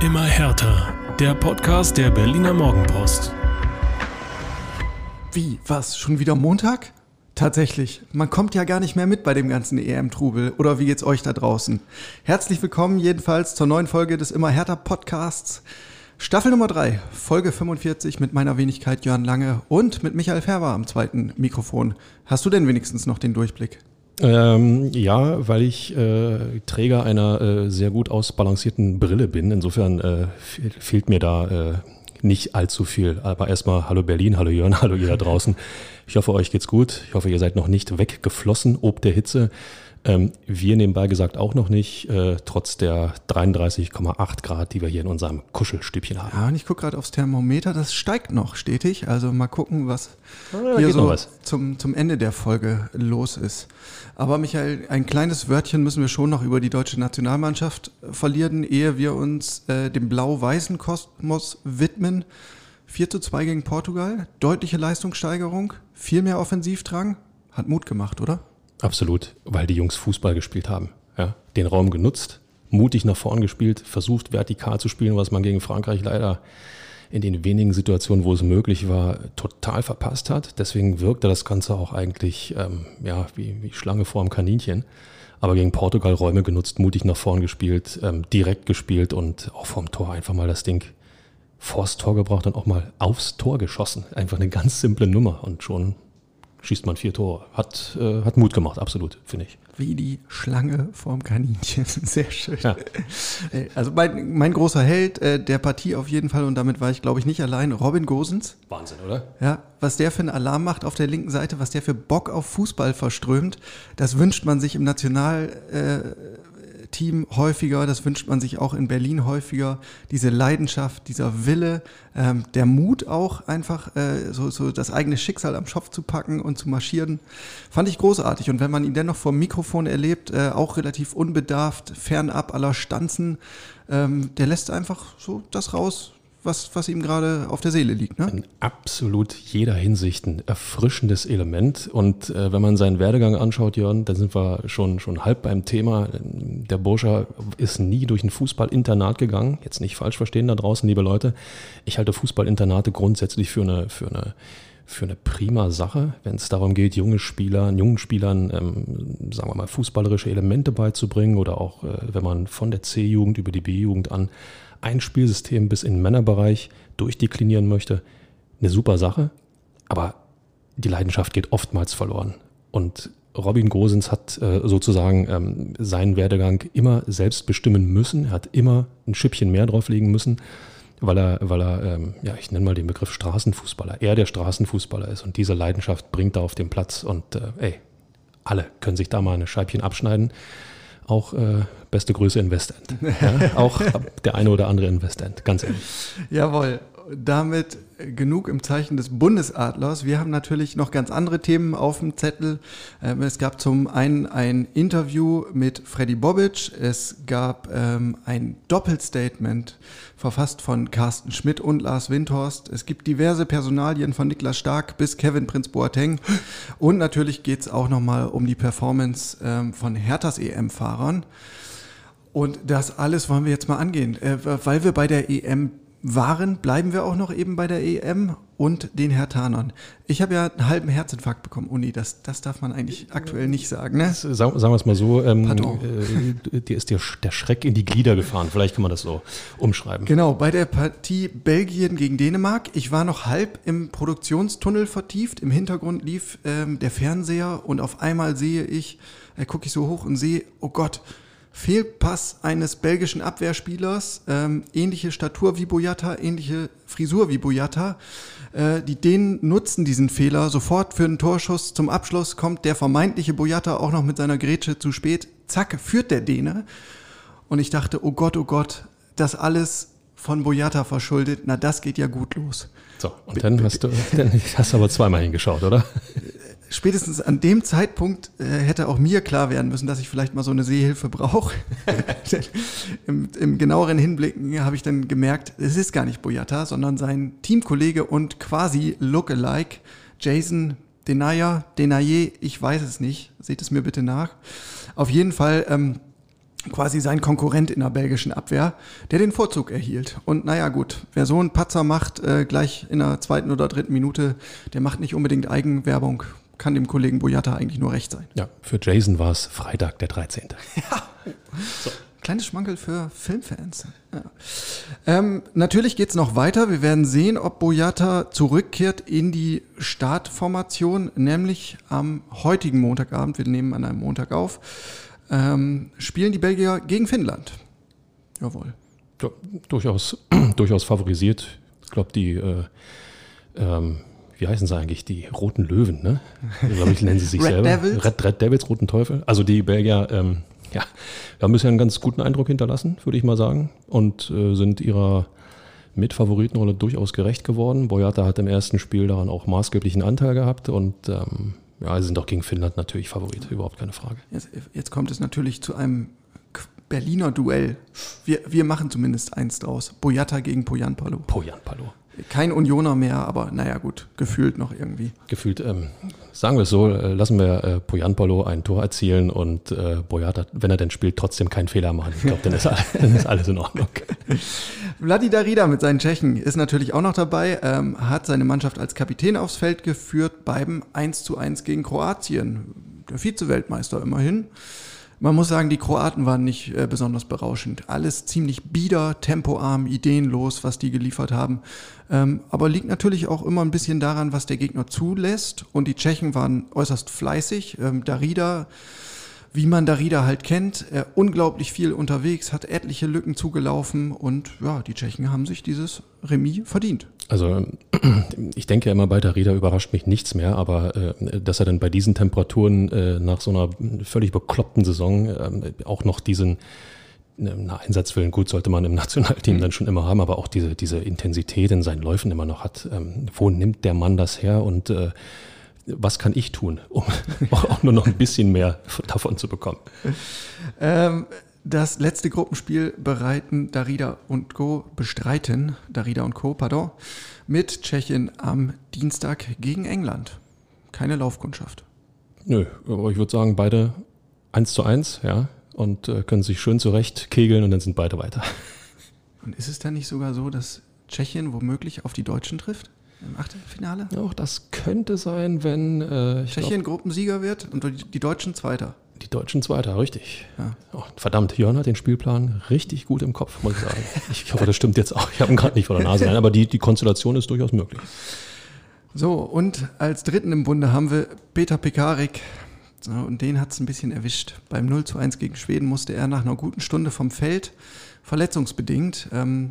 Immer härter. Der Podcast der Berliner Morgenpost. Wie, was? Schon wieder Montag? Tatsächlich, man kommt ja gar nicht mehr mit bei dem ganzen EM-Trubel. Oder wie geht's euch da draußen? Herzlich willkommen jedenfalls zur neuen Folge des Immer härter Podcasts. Staffel Nummer 3, Folge 45 mit meiner Wenigkeit Jörn Lange und mit Michael Färber am zweiten Mikrofon. Hast du denn wenigstens noch den Durchblick? Ja, weil ich Träger einer sehr gut ausbalancierten Brille bin. Insofern fehlt mir da nicht allzu viel. Aber erstmal hallo Berlin, hallo Jörn, hallo ihr da draußen. Ich hoffe, euch geht's gut. Ich hoffe, ihr seid noch nicht weggeflossen ob der Hitze. Wir nebenbei gesagt auch noch nicht, trotz der 33,8 Grad, die wir hier in unserem Kuschelstübchen haben. Ja, und ich gucke gerade aufs Thermometer, das steigt noch stetig. Also mal gucken, was hier so zum Ende der Folge los ist. Aber Michael, ein kleines Wörtchen müssen wir schon noch über die deutsche Nationalmannschaft verlieren, ehe wir uns dem blau-weißen Kosmos widmen. 4:2 gegen Portugal, deutliche Leistungssteigerung, viel mehr Offensivdrang, hat Mut gemacht, oder? Absolut, weil die Jungs Fußball gespielt haben. Ja, den Raum genutzt, mutig nach vorn gespielt, versucht vertikal zu spielen, was man gegen Frankreich leider in den wenigen Situationen, wo es möglich war, total verpasst hat. Deswegen wirkte das Ganze auch eigentlich wie Schlange vorm Kaninchen. Aber gegen Portugal Räume genutzt, mutig nach vorn gespielt, direkt gespielt und auch vom Tor einfach mal das Ding vors Tor gebracht und auch mal aufs Tor geschossen. Einfach eine ganz simple Nummer und schon schießt man 4 Tore. Hat Mut gemacht, absolut, finde ich. Wie die Schlange vorm Kaninchen. Sehr schön. Ja. Also mein großer Held der Partie auf jeden Fall, und damit war ich, glaube ich, nicht allein, Robin Gosens. Wahnsinn, oder? Ja, was der für einen Alarm macht auf der linken Seite, was der für Bock auf Fußball verströmt, das wünscht man sich im Nationalteam häufiger, das wünscht man sich auch in Berlin häufiger, diese Leidenschaft, dieser Wille, der Mut auch einfach, so das eigene Schicksal am Schopf zu packen und zu marschieren, fand ich großartig. Und wenn man ihn dennoch vor dem Mikrofon erlebt, auch relativ unbedarft, fernab aller Stanzen, der lässt einfach so das raus, was ihm gerade auf der Seele liegt, ne? In absolut jeder Hinsicht ein erfrischendes Element. Und wenn man seinen Werdegang anschaut, Jörn, dann sind wir schon halb beim Thema. Der Bursche ist nie durch ein Fußballinternat gegangen. Jetzt nicht falsch verstehen da draußen, liebe Leute. Ich halte Fußballinternate grundsätzlich für eine prima Sache, wenn es darum geht, jungen Spielern, sagen wir mal, fußballerische Elemente beizubringen oder auch, wenn man von der C-Jugend über die B-Jugend an ein Spielsystem bis in den Männerbereich durchdeklinieren möchte. Eine super Sache, aber die Leidenschaft geht oftmals verloren. Und Robin Gosens hat sozusagen seinen Werdegang immer selbst bestimmen müssen. Er hat immer ein Schippchen mehr drauflegen müssen, weil er ich nenne mal den Begriff Straßenfußballer, er der Straßenfußballer ist. Und diese Leidenschaft bringt er auf den Platz. Und alle können sich da mal eine Scheibchen abschneiden. Auch beste Grüße in Westend. Ja, auch der eine oder andere in Westend, ganz ehrlich. Jawohl, damit genug im Zeichen des Bundesadlers. Wir haben natürlich noch ganz andere Themen auf dem Zettel. Es gab zum einen ein Interview mit Freddy Bobic. Es gab ein Doppelstatement verfasst von Carsten Schmidt und Lars Windhorst. Es gibt diverse Personalien von Niklas Stark bis Kevin Prinz Boateng. Und natürlich geht es auch nochmal um die Performance von Herthas EM-Fahrern. Und das alles wollen wir jetzt mal angehen. Weil wir bei der EM waren, bleiben wir auch noch eben bei der EM und den Herthanern. Ich habe ja einen halben Herzinfarkt bekommen. Uni, das darf man eigentlich aktuell nicht sagen, ne? Sagen wir es mal so, dir ist der Schreck in die Glieder gefahren. Vielleicht kann man das so umschreiben. Genau, bei der Partie Belgien gegen Dänemark. Ich war noch halb im Produktionstunnel vertieft. Im Hintergrund lief der Fernseher und auf einmal gucke ich so hoch und sehe, oh Gott, Fehlpass eines belgischen Abwehrspielers, ähnliche Statur wie Boyata, ähnliche Frisur wie Boyata. Die Dänen nutzen diesen Fehler sofort für einen Torschuss. Zum Abschluss kommt der vermeintliche Boyata auch noch mit seiner Grätsche zu spät. Zack, führt der Däne. Und ich dachte, oh Gott, das alles von Boyata verschuldet. Na, das geht ja gut los. So, und dann hast du aber zweimal hingeschaut, oder? Spätestens an dem Zeitpunkt hätte auch mir klar werden müssen, dass ich vielleicht mal so eine Sehhilfe brauche. Im genaueren Hinblicken habe ich dann gemerkt, es ist gar nicht Boyata, sondern sein Teamkollege und quasi Lookalike Jason Denayer, ich weiß es nicht, seht es mir bitte nach. Auf jeden Fall quasi sein Konkurrent in der belgischen Abwehr, der den Vorzug erhielt. Und naja gut, wer so einen Patzer macht, gleich in der 2. oder 3. Minute, der macht nicht unbedingt Eigenwerbung, kann dem Kollegen Boyata eigentlich nur recht sein. Ja, für Jason war es Freitag, der 13. Ja, so. Kleines Schmankerl für Filmfans. Ja. Natürlich geht es noch weiter. Wir werden sehen, ob Boyata zurückkehrt in die Startformation, nämlich am heutigen Montagabend. Wir nehmen an einem Montag auf. Spielen die Belgier gegen Finnland. Jawohl. Ja, durchaus favorisiert. Ich glaube, die, wie heißen sie eigentlich? Die Roten Löwen, ne? Ich glaube, ich nennen sie sich selber. Devils? Red Devils, Roten Teufel. Also die Belgier, ja, haben bisher einen ganz guten Eindruck hinterlassen, würde ich mal sagen. Und sind ihrer Mitfavoritenrolle durchaus gerecht geworden. Boyata hat im ersten Spiel daran auch maßgeblichen Anteil gehabt und ja, sie sind auch gegen Finnland natürlich Favorit, überhaupt keine Frage. Jetzt kommt es natürlich zu einem Berliner Duell. Wir machen zumindest eins draus. Boyata gegen Poyanpalo. Poyanpalo. Kein Unioner mehr, aber naja gut, gefühlt noch irgendwie. Gefühlt, sagen wir es so, lassen wir Poyanpalo ein Tor erzielen und Boyata, wenn er denn spielt, trotzdem keinen Fehler machen. Ich glaube, dann ist alles in Ordnung. Vladi Darida mit seinen Tschechen ist natürlich auch noch dabei, hat seine Mannschaft als Kapitän aufs Feld geführt beim 1:1 gegen Kroatien. Der Vize-Weltmeister immerhin. Man muss sagen, die Kroaten waren nicht besonders berauschend. Alles ziemlich bieder, tempoarm, ideenlos, was die geliefert haben. Aber liegt natürlich auch immer ein bisschen daran, was der Gegner zulässt. Und die Tschechen waren äußerst fleißig. Darida, wie man Darida halt kennt, unglaublich viel unterwegs, hat etliche Lücken zugelaufen. Und ja, die Tschechen haben sich dieses Remis verdient. Also ich denke ja immer, bei Darida überrascht mich nichts mehr, aber dass er dann bei diesen Temperaturen nach so einer völlig bekloppten Saison auch noch diesen Einsatzwillen, gut, sollte man im Nationalteam dann schon immer haben, aber auch diese Intensität in seinen Läufen immer noch hat. Wo nimmt der Mann das her und was kann ich tun, um auch nur noch ein bisschen mehr davon zu bekommen? Das letzte Gruppenspiel bestreiten Darida und Co. mit Tschechien am Dienstag gegen England. Keine Laufkundschaft. Nö, aber ich würde sagen, beide 1:1, ja, und können sich schön zurecht kegeln und dann sind beide weiter. Und ist es dann nicht sogar so, dass Tschechien womöglich auf die Deutschen trifft? Im Achtelfinale? Auch das könnte sein, wenn Tschechien Gruppensieger wird und die Deutschen Zweiter. Die Deutschen Zweiter, richtig. Ja. Oh, verdammt, Jörn hat den Spielplan richtig gut im Kopf, muss ich sagen. Ich hoffe, das stimmt jetzt auch. Ich habe ihn gerade nicht vor der Nase rein, aber die Konstellation ist durchaus möglich. So, und als Dritten im Bunde haben wir Peter Pekarik. So, und den hat es ein bisschen erwischt. Beim 0:1 gegen Schweden musste er nach einer guten Stunde vom Feld, verletzungsbedingt.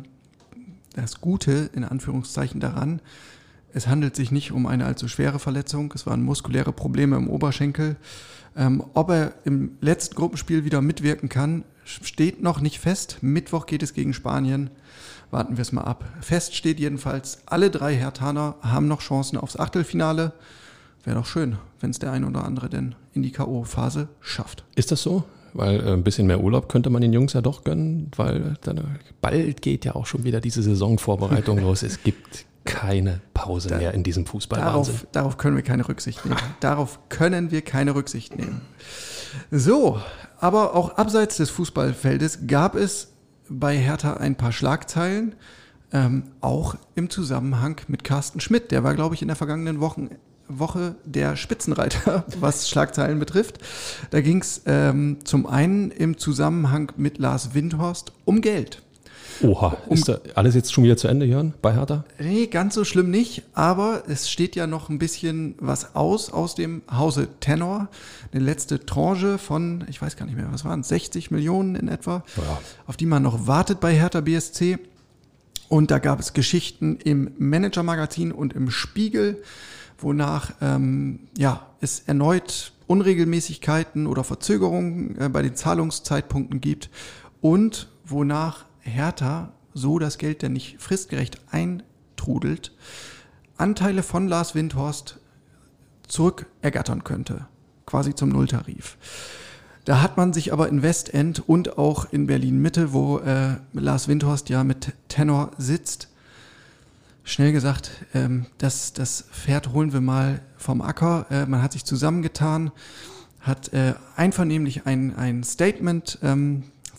Das Gute, in Anführungszeichen, daran, es handelt sich nicht um eine allzu schwere Verletzung. Es waren muskuläre Probleme im Oberschenkel. Ob er im letzten Gruppenspiel wieder mitwirken kann, steht noch nicht fest. Mittwoch geht es gegen Spanien. Warten wir es mal ab. Fest steht jedenfalls, alle 3 Herthaner haben noch Chancen aufs Achtelfinale. Wäre doch schön, wenn es der ein oder andere denn in die K.O.-Phase schafft. Ist das so? Weil ein bisschen mehr Urlaub könnte man den Jungs ja doch gönnen, weil dann bald geht ja auch schon wieder diese Saisonvorbereitung los. Es gibt keine Pause mehr in diesem Fußball-Wahnsinn. Darauf können wir keine Rücksicht nehmen. Darauf können wir keine Rücksicht nehmen. So, aber auch abseits des Fußballfeldes gab es bei Hertha ein paar Schlagzeilen, auch im Zusammenhang mit Carsten Schmidt. Der war, glaube ich, in der vergangenen Woche der Spitzenreiter, was Schlagzeilen betrifft. Da ging es zum einen im Zusammenhang mit Lars Windhorst um Geld. Oha, ist da alles jetzt schon wieder zu Ende, Jörn, bei Hertha? Nee, ganz so schlimm nicht, aber es steht ja noch ein bisschen was aus dem Hause Tenor. Eine letzte Tranche von, ich weiß gar nicht mehr, was waren es, 60 Millionen in etwa, ja, auf die man noch wartet bei Hertha BSC. Und da gab es Geschichten im Manager-Magazin und im Spiegel, wonach es erneut Unregelmäßigkeiten oder Verzögerungen bei den Zahlungszeitpunkten gibt und wonach Hertha, so das Geld denn nicht fristgerecht eintrudelt, Anteile von Lars Windhorst zurückergattern könnte, quasi zum Nulltarif. Da hat man sich aber in Westend und auch in Berlin-Mitte, wo Lars Windhorst ja mit Tenor sitzt, schnell gesagt, das Pferd holen wir mal vom Acker. Man hat sich zusammengetan, hat einvernehmlich ein Statement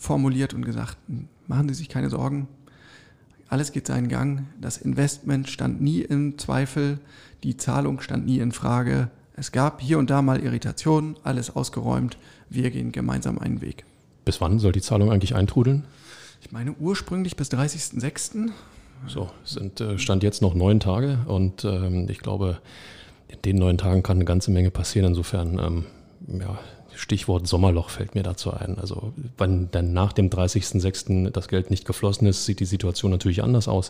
formuliert und gesagt, machen Sie sich keine Sorgen, alles geht seinen Gang, das Investment stand nie im Zweifel, die Zahlung stand nie in Frage, es gab hier und da mal Irritationen, alles ausgeräumt, wir gehen gemeinsam einen Weg. Bis wann soll die Zahlung eigentlich eintrudeln? Ich meine ursprünglich bis 30.06. So, es sind Stand jetzt noch 9 Tage und ich glaube, in den 9 Tagen kann eine ganze Menge passieren. Insofern, Stichwort Sommerloch fällt mir dazu ein. Also wenn dann nach dem 30.06. das Geld nicht geflossen ist, sieht die Situation natürlich anders aus.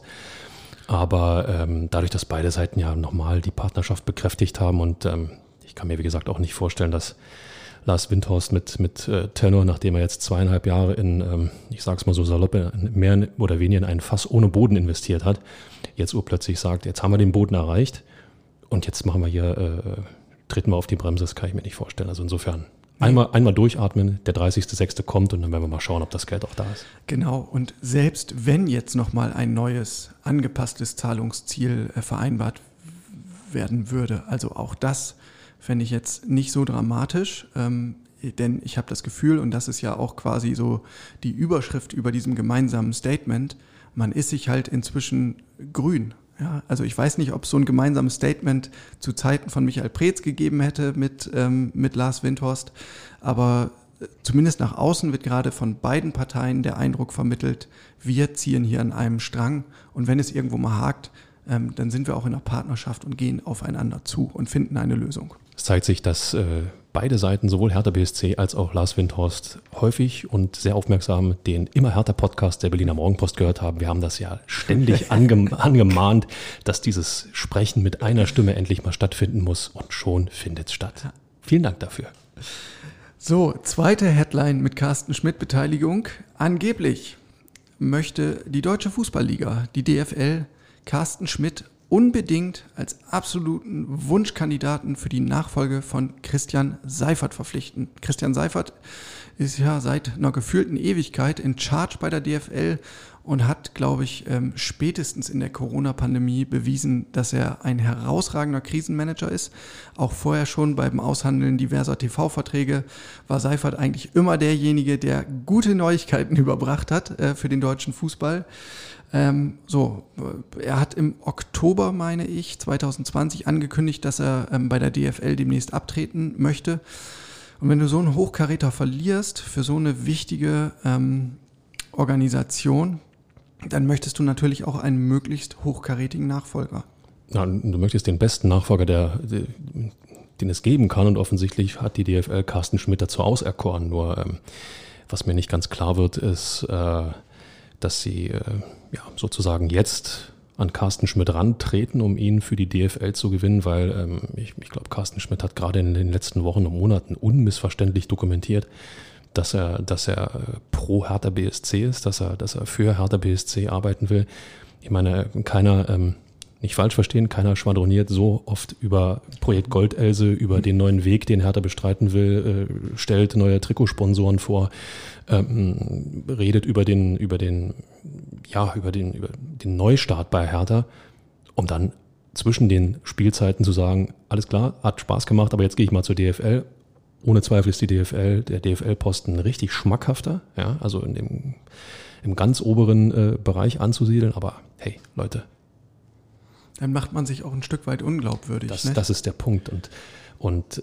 Aber dadurch, dass beide Seiten ja nochmal die Partnerschaft bekräftigt haben und ich kann mir, wie gesagt, auch nicht vorstellen, dass Lars Windhorst mit Tenor, nachdem er jetzt 2,5 Jahre in, ich sag's mal so salopp, mehr oder weniger in ein Fass ohne Boden investiert hat, jetzt urplötzlich sagt, jetzt haben wir den Boden erreicht und jetzt machen wir hier, treten wir auf die Bremse, das kann ich mir nicht vorstellen. Also insofern einmal durchatmen, der 30.06. kommt und dann werden wir mal schauen, ob das Geld auch da ist. Genau, und selbst wenn jetzt nochmal ein neues, angepasstes Zahlungsziel vereinbart werden würde, also auch das fände ich jetzt nicht so dramatisch, denn ich habe das Gefühl, und das ist ja auch quasi so die Überschrift über diesem gemeinsamen Statement, man ist sich halt inzwischen grün. Ja, also ich weiß nicht, ob es so ein gemeinsames Statement zu Zeiten von Michael Preetz gegeben hätte mit Lars Windhorst, aber zumindest nach außen wird gerade von beiden Parteien der Eindruck vermittelt, wir ziehen hier an einem Strang und wenn es irgendwo mal hakt, dann sind wir auch in einer Partnerschaft und gehen aufeinander zu und finden eine Lösung. Es zeigt sich, dass beide Seiten, sowohl Hertha BSC als auch Lars Windhorst, häufig und sehr aufmerksam den Immer Hertha Podcast der Berliner Morgenpost gehört haben. Wir haben das ja ständig angemahnt, dass dieses Sprechen mit einer Stimme endlich mal stattfinden muss und schon findet es statt. Vielen Dank dafür. So, zweite Headline mit Carsten Schmidt Beteiligung. Angeblich möchte die Deutsche Fußballliga, die DFL, Carsten Schmidt unbedingt als absoluten Wunschkandidaten für die Nachfolge von Christian Seifert verpflichten. Christian Seifert ist ja seit einer gefühlten Ewigkeit in Charge bei der DFL und hat, glaube ich, spätestens in der Corona-Pandemie bewiesen, dass er ein herausragender Krisenmanager ist. Auch vorher schon beim Aushandeln diverser TV-Verträge war Seifert eigentlich immer derjenige, der gute Neuigkeiten überbracht hat für den deutschen Fußball. Er hat im Oktober, meine ich, 2020 angekündigt, dass er bei der DFL demnächst abtreten möchte. Und wenn du so einen Hochkaräter verlierst für so eine wichtige Organisation, dann möchtest du natürlich auch einen möglichst hochkarätigen Nachfolger. Ja, du möchtest den besten Nachfolger, den es geben kann. Und offensichtlich hat die DFL Carsten Schmidt dazu auserkoren. Nur was mir nicht ganz klar wird, ist, dass sie sozusagen jetzt an Carsten Schmidt rantreten, um ihn für die DFL zu gewinnen, weil ich glaube, Carsten Schmidt hat gerade in den letzten Wochen und Monaten unmissverständlich dokumentiert, dass er pro Hertha BSC ist, dass er für Hertha BSC arbeiten will. Ich meine, keiner, nicht falsch verstehen, keiner schwadroniert so oft über Projekt Goldelse, über den neuen Weg, den Hertha bestreiten will, stellt neue Trikotsponsoren vor, redet über den Neustart bei Hertha, um dann zwischen den Spielzeiten zu sagen, alles klar, hat Spaß gemacht, aber jetzt gehe ich mal zur DFL. Ohne Zweifel ist der DFL-Posten richtig schmackhafter, ja, also im ganz oberen Bereich anzusiedeln, aber hey, Leute. Dann macht man sich auch ein Stück weit unglaubwürdig. Das ist der Punkt. Und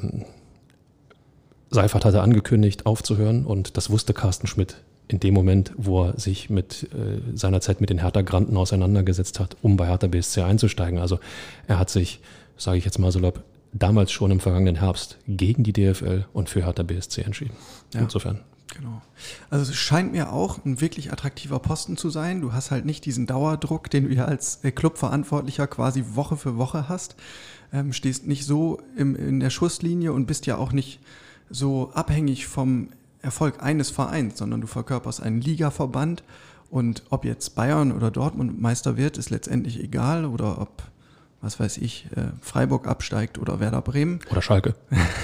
Seifert hatte angekündigt, aufzuhören und das wusste Carsten Schmidt in dem Moment, wo er sich mit seiner Zeit mit den Hertha-Granten auseinandergesetzt hat, um bei Hertha BSC einzusteigen. Also er hat sich, sage ich jetzt mal salopp, damals schon im vergangenen Herbst gegen die DFL und für Hertha BSC entschieden. Ja, insofern. Genau. Also es scheint mir auch ein wirklich attraktiver Posten zu sein. Du hast halt nicht diesen Dauerdruck, den du ja als Clubverantwortlicher quasi Woche für Woche hast. Stehst nicht so in der Schusslinie und bist ja auch nicht so abhängig vom Erfolg eines Vereins, sondern du verkörperst einen Ligaverband und ob jetzt Bayern oder Dortmund Meister wird, ist letztendlich egal oder ob, was weiß ich, Freiburg absteigt oder Werder Bremen. Oder Schalke.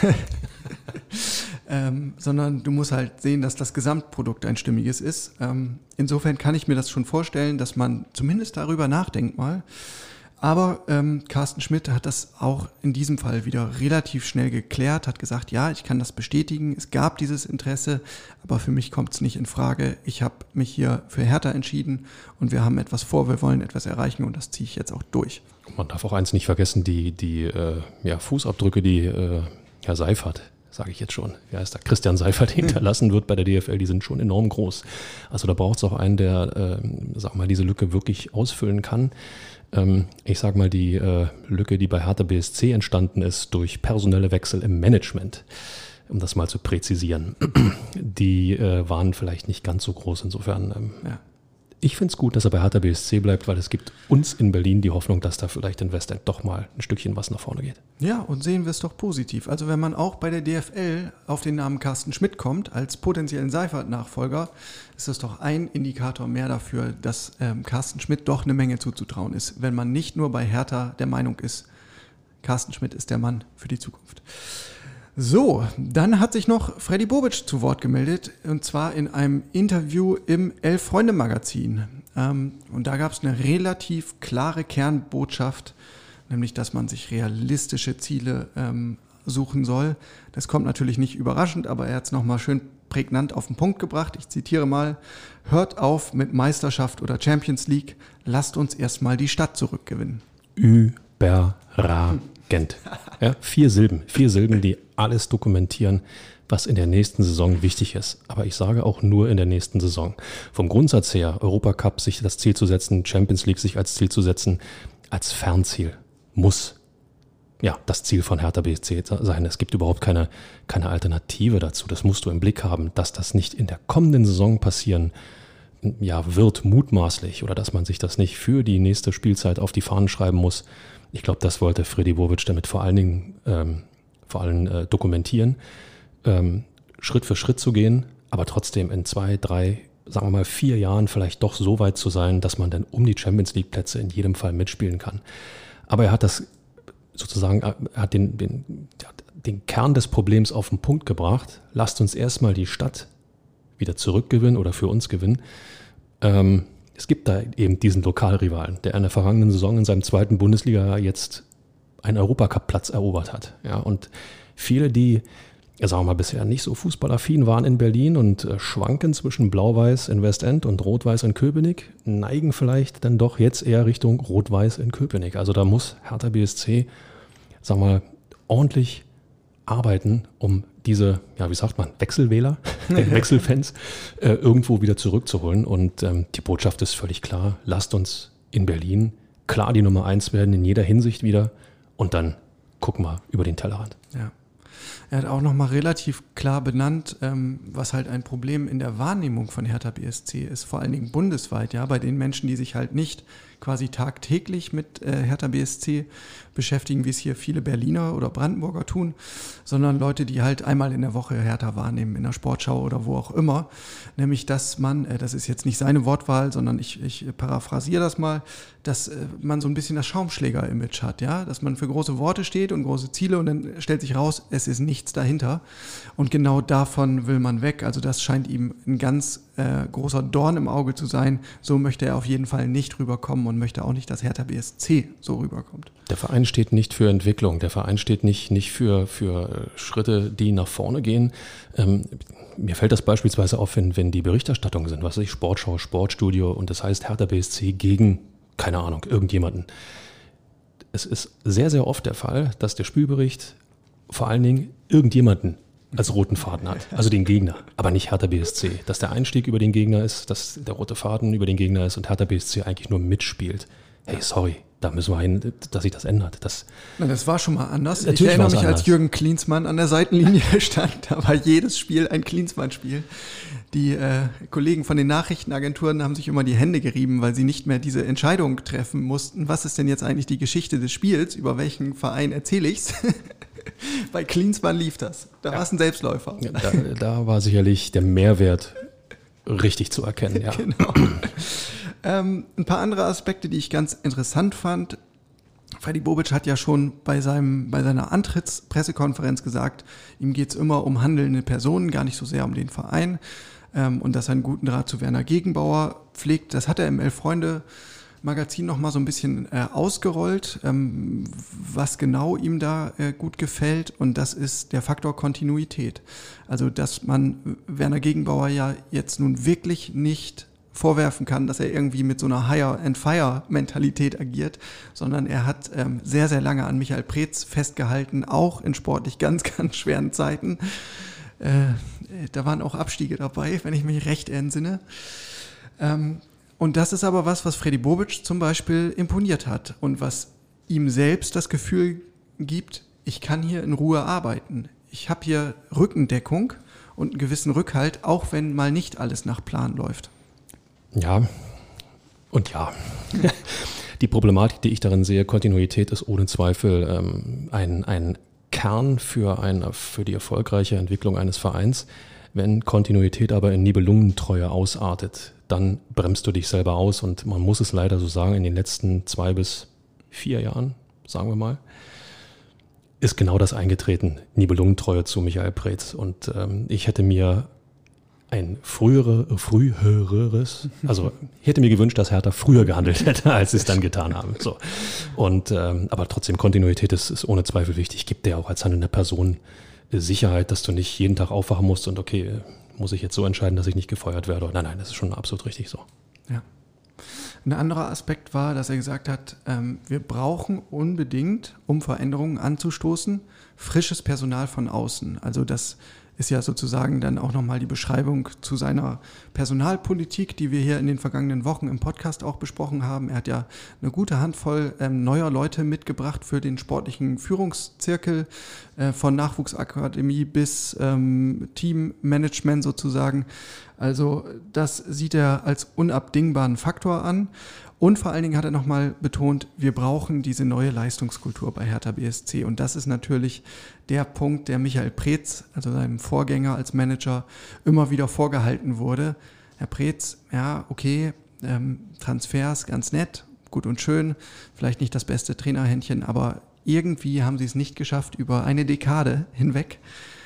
Sondern du musst halt sehen, dass das Gesamtprodukt ein stimmiges ist. Insofern kann ich mir das schon vorstellen, dass man zumindest darüber nachdenkt mal, Aber Carsten Schmidt hat das auch in diesem Fall wieder relativ schnell geklärt, hat gesagt, ja, ich kann das bestätigen, es gab dieses Interesse, aber für mich kommt es nicht in Frage. Ich habe mich hier für Hertha entschieden und wir haben etwas vor, wir wollen etwas erreichen und das ziehe ich jetzt auch durch. Man darf auch eins nicht vergessen, die Fußabdrücke, die Herr Seifert, sage ich jetzt schon, Christian Seifert hinterlassen wird bei der DFL, die sind schon enorm groß. Also da braucht es auch einen, der, diese Lücke wirklich ausfüllen kann. Ich sage mal, die Lücke, die bei Hertha BSC entstanden ist durch personelle Wechsel im Management, um das mal zu präzisieren, die waren vielleicht nicht ganz so groß. Insofern, ich finde es gut, dass er bei Hertha BSC bleibt, weil es gibt uns in Berlin die Hoffnung, dass da vielleicht in Westend doch mal ein Stückchen was nach vorne geht. Ja, und sehen wir es doch positiv. Also wenn man auch bei der DFL auf den Namen Carsten Schmidt kommt, als potenziellen Seifert-Nachfolger, ist das doch ein Indikator mehr dafür, dass Carsten Schmidt doch eine Menge zuzutrauen ist, wenn man nicht nur bei Hertha der Meinung ist, Carsten Schmidt ist der Mann für die Zukunft. So, dann hat sich noch Freddy Bobic zu Wort gemeldet, und zwar in einem Interview im Elf-Freunde-Magazin. Und da gab es eine relativ klare Kernbotschaft, nämlich, dass man sich realistische Ziele suchen soll. Das kommt natürlich nicht überraschend, aber er hat es nochmal schön prägnant auf den Punkt gebracht. Ich zitiere mal: Hört auf mit Meisterschaft oder Champions League, lasst uns erstmal die Stadt zurückgewinnen. Überragend. Ja, 4 Silben, die alles dokumentieren, was in der nächsten Saison wichtig ist. Aber ich sage auch nur in der nächsten Saison. Vom Grundsatz her, Europacup sich das Ziel zu setzen, Champions League sich als Ziel zu setzen, als Fernziel muss das Ziel von Hertha BSC sein. Es gibt überhaupt keine Alternative dazu. Das musst du im Blick haben, dass das nicht in der kommenden Saison passieren wird, mutmaßlich, oder dass man sich das nicht für die nächste Spielzeit auf die Fahnen schreiben muss. Ich glaube, das wollte Freddy Bobic damit vor allem dokumentieren, Schritt für Schritt zu gehen, aber trotzdem in 2, 3, sagen wir mal 4 Jahren vielleicht doch so weit zu sein, dass man dann um die Champions League Plätze in jedem Fall mitspielen kann. Aber er hat das sozusagen, hat den Kern des Problems auf den Punkt gebracht. Lasst uns erstmal die Stadt wieder zurückgewinnen oder für uns gewinnen. Es gibt da eben diesen Lokalrivalen, der in der vergangenen Saison in seinem 2. Bundesliga jetzt einen Europacup-Platz erobert hat. Ja, und viele, die, sagen wir mal, bisher nicht so fußballaffin waren in Berlin und schwanken zwischen Blau-Weiß in Westend und Rot-Weiß in Köpenick, neigen vielleicht dann doch jetzt eher Richtung Rot-Weiß in Köpenick. Also da muss Hertha BSC, sagen wir mal, ordentlich arbeiten, um diese, Wechselwähler, Wechselfans irgendwo wieder zurückzuholen. Und die Botschaft ist völlig klar: Lasst uns in Berlin klar die Nummer 1 werden in jeder Hinsicht wieder und dann gucken wir über den Tellerrand. Ja. Er hat auch nochmal relativ klar benannt, was halt ein Problem in der Wahrnehmung von Hertha BSC ist, vor allen Dingen bundesweit, ja, bei den Menschen, die sich halt nicht quasi tagtäglich mit Hertha BSC beschäftigen, wie es hier viele Berliner oder Brandenburger tun, sondern Leute, die halt einmal in der Woche Hertha wahrnehmen, in der Sportschau oder wo auch immer, nämlich, dass man, das ist jetzt nicht seine Wortwahl, sondern ich paraphrasiere das mal, dass man so ein bisschen das Schaumschläger-Image hat, ja, dass man für große Worte steht und große Ziele und dann stellt sich raus, es ist nichts dahinter, und genau davon will man weg. Also das scheint ihm ein ganz großer Dorn im Auge zu sein. So möchte er auf jeden Fall nicht rüberkommen und möchte auch nicht, dass Hertha BSC so rüberkommt. Der Verein steht nicht für Entwicklung, der Verein steht nicht für Schritte, die nach vorne gehen. Mir fällt das beispielsweise auf, wenn die Berichterstattungen sind, was weiß ich, Sportschau, Sportstudio, und das heißt Hertha BSC gegen, keine Ahnung, irgendjemanden. Es ist sehr, sehr oft der Fall, dass der Spielbericht vor allen Dingen irgendjemanden als roten Faden hat, also den Gegner, aber nicht Hertha BSC. Dass der Einstieg über den Gegner ist, dass der rote Faden über den Gegner ist und Hertha BSC eigentlich nur mitspielt. Hey, sorry, da müssen wir hin, dass sich das ändert. Das war schon mal anders. Ich erinnere mich, als Jürgen Klinsmann an der Seitenlinie stand, da war jedes Spiel ein Klinsmann-Spiel. Die Kollegen von den Nachrichtenagenturen haben sich immer die Hände gerieben, weil sie nicht mehr diese Entscheidung treffen mussten. Was ist denn jetzt eigentlich die Geschichte des Spiels? Über welchen Verein erzähle ich's? Bei Klinsmann lief das. Da war es ein Selbstläufer. Ja, da war sicherlich der Mehrwert richtig zu erkennen. Ja. Genau. Ein paar andere Aspekte, die ich ganz interessant fand. Freddy Bobic hat ja schon bei seiner Antrittspressekonferenz gesagt, ihm geht es immer um handelnde Personen, gar nicht so sehr um den Verein, und dass er einen guten Draht zu Werner Gegenbauer pflegt. Das hat er im Elf-Freunde Magazin noch mal so ein bisschen ausgerollt, was genau ihm da gut gefällt, und das ist der Faktor Kontinuität. Also, dass man Werner Gegenbauer ja jetzt nun wirklich nicht vorwerfen kann, dass er irgendwie mit so einer Hire-and-Fire-Mentalität agiert, sondern er hat sehr, sehr lange an Michael Preetz festgehalten, auch in sportlich ganz, ganz schweren Zeiten. Da waren auch Abstiege dabei, wenn ich mich recht entsinne. Und das ist aber was Freddy Bobic zum Beispiel imponiert hat und was ihm selbst das Gefühl gibt, ich kann hier in Ruhe arbeiten. Ich habe hier Rückendeckung und einen gewissen Rückhalt, auch wenn mal nicht alles nach Plan läuft. Ja, und ja. Die Problematik, die ich darin sehe, Kontinuität ist ohne Zweifel ein Kern für die erfolgreiche Entwicklung eines Vereins. Wenn Kontinuität aber in Nibelungentreue ausartet, dann bremst du dich selber aus, und man muss es leider so sagen, in den letzten 2 bis 4 Jahren, sagen wir mal, ist genau das eingetreten, Nibelungentreue zu Michael Preetz. Und ich hätte mir ein früheres, also ich hätte mir gewünscht, dass Hertha früher gehandelt hätte, als sie es dann getan haben. So. Und aber trotzdem, Kontinuität ist ohne Zweifel wichtig. Gibt dir auch als handelnde Person Sicherheit, dass du nicht jeden Tag aufwachen musst und okay, muss ich jetzt so entscheiden, dass ich nicht gefeuert werde. Nein, das ist schon absolut richtig so. Ja. Ein anderer Aspekt war, dass er gesagt hat, wir brauchen unbedingt, um Veränderungen anzustoßen, frisches Personal von außen. Also das ist ja sozusagen dann auch nochmal die Beschreibung zu seiner Personalpolitik, die wir hier in den vergangenen Wochen im Podcast auch besprochen haben. Er hat ja eine gute Handvoll neuer Leute mitgebracht für den sportlichen Führungszirkel, von Nachwuchsakademie bis Teammanagement sozusagen. Also das sieht er als unabdingbaren Faktor an. Und vor allen Dingen hat er nochmal betont, wir brauchen diese neue Leistungskultur bei Hertha BSC. Und das ist natürlich der Punkt, der Michael Preetz, also seinem Vorgänger als Manager, immer wieder vorgehalten wurde. Herr Preetz, ja, okay, Transfers, ganz nett, gut und schön, vielleicht nicht das beste Trainerhändchen, aber irgendwie haben sie es nicht geschafft, über eine Dekade hinweg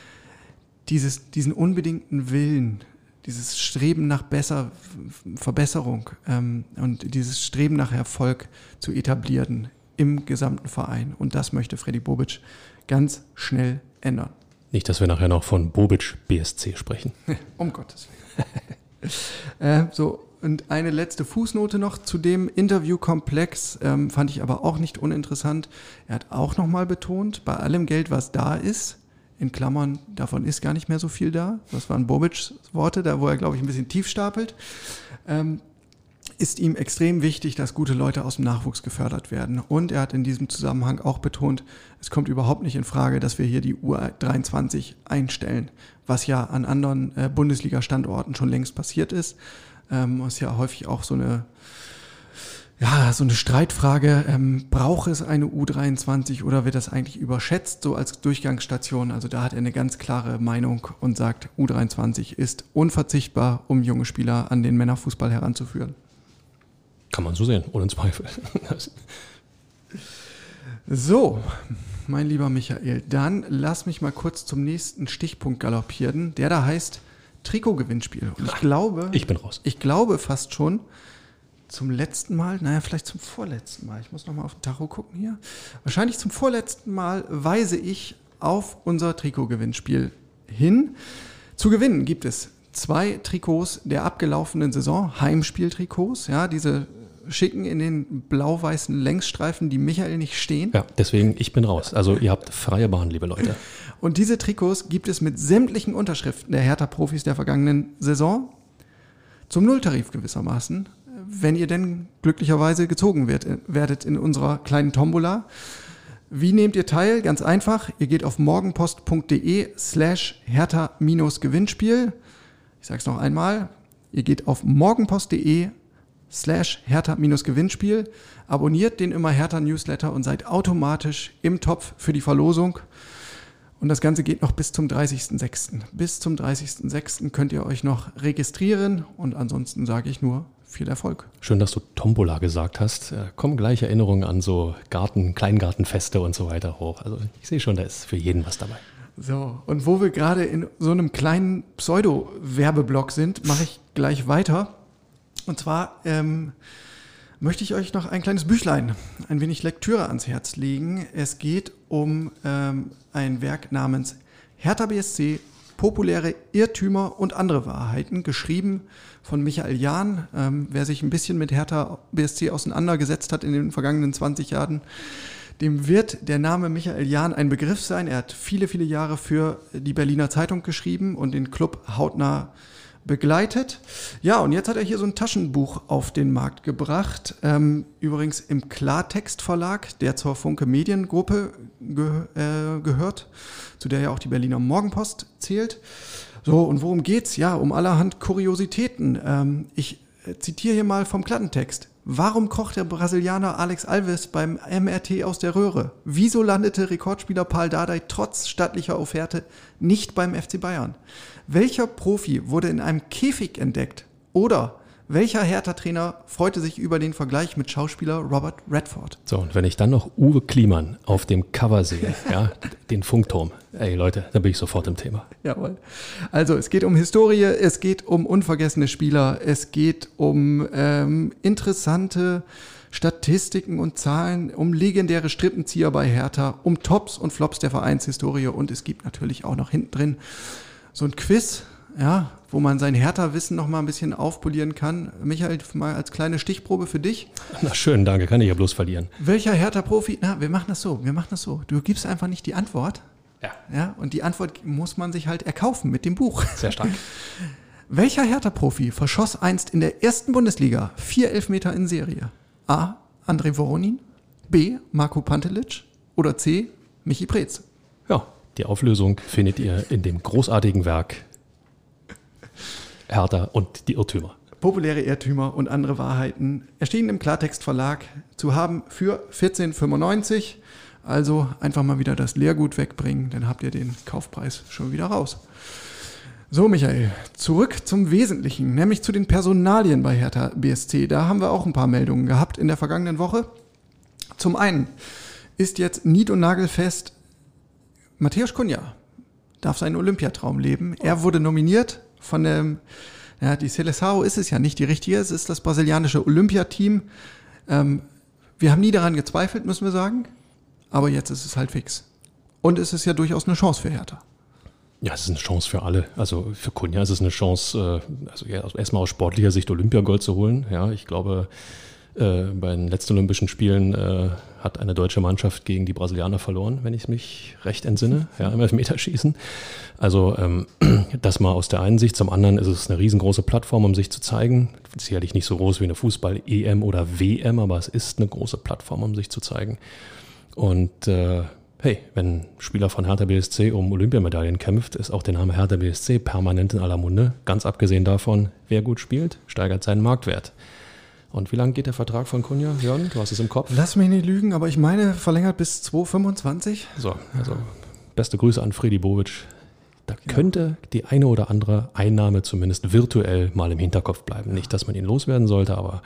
diesen unbedingten Willen, dieses Streben nach Verbesserung und dieses Streben nach Erfolg zu etablieren im gesamten Verein. Und das möchte Freddy Bobic ganz schnell ändern. Nicht, dass wir nachher noch von Bobic BSC sprechen. Um Gottes Willen. Und eine letzte Fußnote noch zu dem Interviewkomplex, fand ich aber auch nicht uninteressant. Er hat auch nochmal betont, bei allem Geld, was da ist, in Klammern, davon ist gar nicht mehr so viel da. Das waren Bobics Worte, da wo er, glaube ich, ein bisschen tief stapelt. Ist ihm extrem wichtig, dass gute Leute aus dem Nachwuchs gefördert werden. Und er hat in diesem Zusammenhang auch betont, es kommt überhaupt nicht in Frage, dass wir hier die U23 einstellen, was ja an anderen Bundesliga-Standorten schon längst passiert ist. Ist ja häufig auch so eine Streitfrage, braucht es eine U23 oder wird das eigentlich überschätzt, so als Durchgangsstation? Also da hat er eine ganz klare Meinung und sagt, U23 ist unverzichtbar, um junge Spieler an den Männerfußball heranzuführen. Kann man so sehen, ohne Zweifel. So, mein lieber Michael, dann lass mich mal kurz zum nächsten Stichpunkt galoppieren, der da heißt Trikotgewinnspiel. Und ich bin raus. Ich glaube fast schon, zum letzten Mal, vielleicht zum vorletzten Mal. Ich muss nochmal auf den Tacho gucken hier. Wahrscheinlich zum vorletzten Mal weise ich auf unser Trikotgewinnspiel hin. Zu gewinnen gibt es 2 Trikots der abgelaufenen Saison, Heimspieltrikots, ja, diese schicken in den blau-weißen Längsstreifen, die Michael nicht stehen. Ja, deswegen, ich bin raus. Also ihr habt freie Bahn, liebe Leute. Und diese Trikots gibt es mit sämtlichen Unterschriften der Hertha-Profis der vergangenen Saison zum Nulltarif gewissermaßen, wenn ihr denn glücklicherweise gezogen werdet in unserer kleinen Tombola. Wie nehmt ihr teil? Ganz einfach, ihr geht auf morgenpost.de/Hertha-Gewinnspiel. Ich sage es noch einmal, ihr geht auf morgenpost.de/Hertha-Gewinnspiel, abonniert den Immer Hertha Newsletter und seid automatisch im Topf für die Verlosung. Und das Ganze geht noch bis zum 30.06. Bis zum 30.06. könnt ihr euch noch registrieren und ansonsten sage ich nur viel Erfolg. Schön, dass du Tombola gesagt hast. Kommen gleich Erinnerungen an so Kleingartenfeste und so weiter hoch. Also ich sehe schon, da ist für jeden was dabei. So, und wo wir gerade in so einem kleinen Pseudo-Werbeblock sind, mache ich gleich weiter. Und zwar möchte ich euch noch ein kleines Büchlein, ein wenig Lektüre ans Herz legen. Es geht um ein Werk namens Hertha BSC, populäre Irrtümer und andere Wahrheiten, geschrieben von Michael Jahn. Wer sich ein bisschen mit Hertha BSC auseinandergesetzt hat in den vergangenen 20 Jahren, dem wird der Name Michael Jahn ein Begriff sein. Er hat viele, viele Jahre für die Berliner Zeitung geschrieben und den Club hautnah begleitet. Ja, und jetzt hat er hier so ein Taschenbuch auf den Markt gebracht. Übrigens im Klartext Verlag, der zur Funke Mediengruppe gehört, zu der ja auch die Berliner Morgenpost zählt. So, und worum geht's? Ja, um allerhand Kuriositäten. Ich zitiere hier mal vom Klappentext. Warum kocht der Brasilianer Alex Alves beim MRT aus der Röhre? Wieso landete Rekordspieler Paul Dardai trotz stattlicher Offerte nicht beim FC Bayern? Welcher Profi wurde in einem Käfig entdeckt? Oder welcher Hertha-Trainer freute sich über den Vergleich mit Schauspieler Robert Redford? So, und wenn ich dann noch Uwe Kliemann auf dem Cover sehe, ja, den Funkturm, ey Leute, da bin ich sofort im Thema. Jawohl. Also es geht um Historie, es geht um unvergessene Spieler, es geht um interessante Statistiken und Zahlen, um legendäre Strippenzieher bei Hertha, um Tops und Flops der Vereinshistorie und es gibt natürlich auch noch hinten drin so ein Quiz, ja, wo man sein Hertha-Wissen noch mal ein bisschen aufpolieren kann. Michael, mal als kleine Stichprobe für dich. Na schön, danke, kann ich ja bloß verlieren. Welcher Hertha-Profi, wir machen das so. Du gibst einfach nicht die Antwort. Ja, und die Antwort muss man sich halt erkaufen mit dem Buch. Sehr stark. Welcher Hertha-Profi verschoss einst in der ersten Bundesliga 4 Elfmeter in Serie? A. André Voronin, B. Marco Pantelic oder C. Michi Preetz? Ja, die Auflösung findet ihr in dem großartigen Werk Hertha und die Irrtümer. Populäre Irrtümer und andere Wahrheiten, erschienen im Klartext Verlag, zu haben für 14,95. Also einfach mal wieder das Leergut wegbringen, dann habt ihr den Kaufpreis schon wieder raus. So, Michael, zurück zum Wesentlichen, nämlich zu den Personalien bei Hertha BSC. Da haben wir auch ein paar Meldungen gehabt in der vergangenen Woche. Zum einen ist jetzt nied- und nagelfest, Matthäus Cunha darf seinen Olympiatraum leben. Er wurde nominiert von dem, die Seleção ist es ja nicht die richtige, es ist das brasilianische Olympiateam. Wir haben nie daran gezweifelt, müssen wir sagen, aber jetzt ist es halt fix. Und es ist ja durchaus eine Chance für Hertha. Ja, es ist eine Chance für alle. Also für Cunha ist es eine Chance, erstmal aus sportlicher Sicht Olympiagold zu holen. Ja, ich glaube, bei den letzten Olympischen Spielen hat eine deutsche Mannschaft gegen die Brasilianer verloren, wenn ich mich recht entsinne, ja, im Elfmeterschießen. Also das mal aus der einen Sicht. Zum anderen ist es eine riesengroße Plattform, um sich zu zeigen. Sicherlich nicht so groß wie eine Fußball-EM oder WM, aber es ist eine große Plattform, um sich zu zeigen. Und hey, wenn ein Spieler von Hertha BSC um Olympiamedaillen kämpft, ist auch der Name Hertha BSC permanent in aller Munde. Ganz abgesehen davon, wer gut spielt, steigert seinen Marktwert. Und wie lange geht der Vertrag von Cunha, Jörn? Du hast es im Kopf. Lass mich nicht lügen, aber ich meine, verlängert bis 2025. So, also beste Grüße an Fredi Bobic. Da könnte die eine oder andere Einnahme zumindest virtuell mal im Hinterkopf bleiben. Nicht, dass man ihn loswerden sollte, aber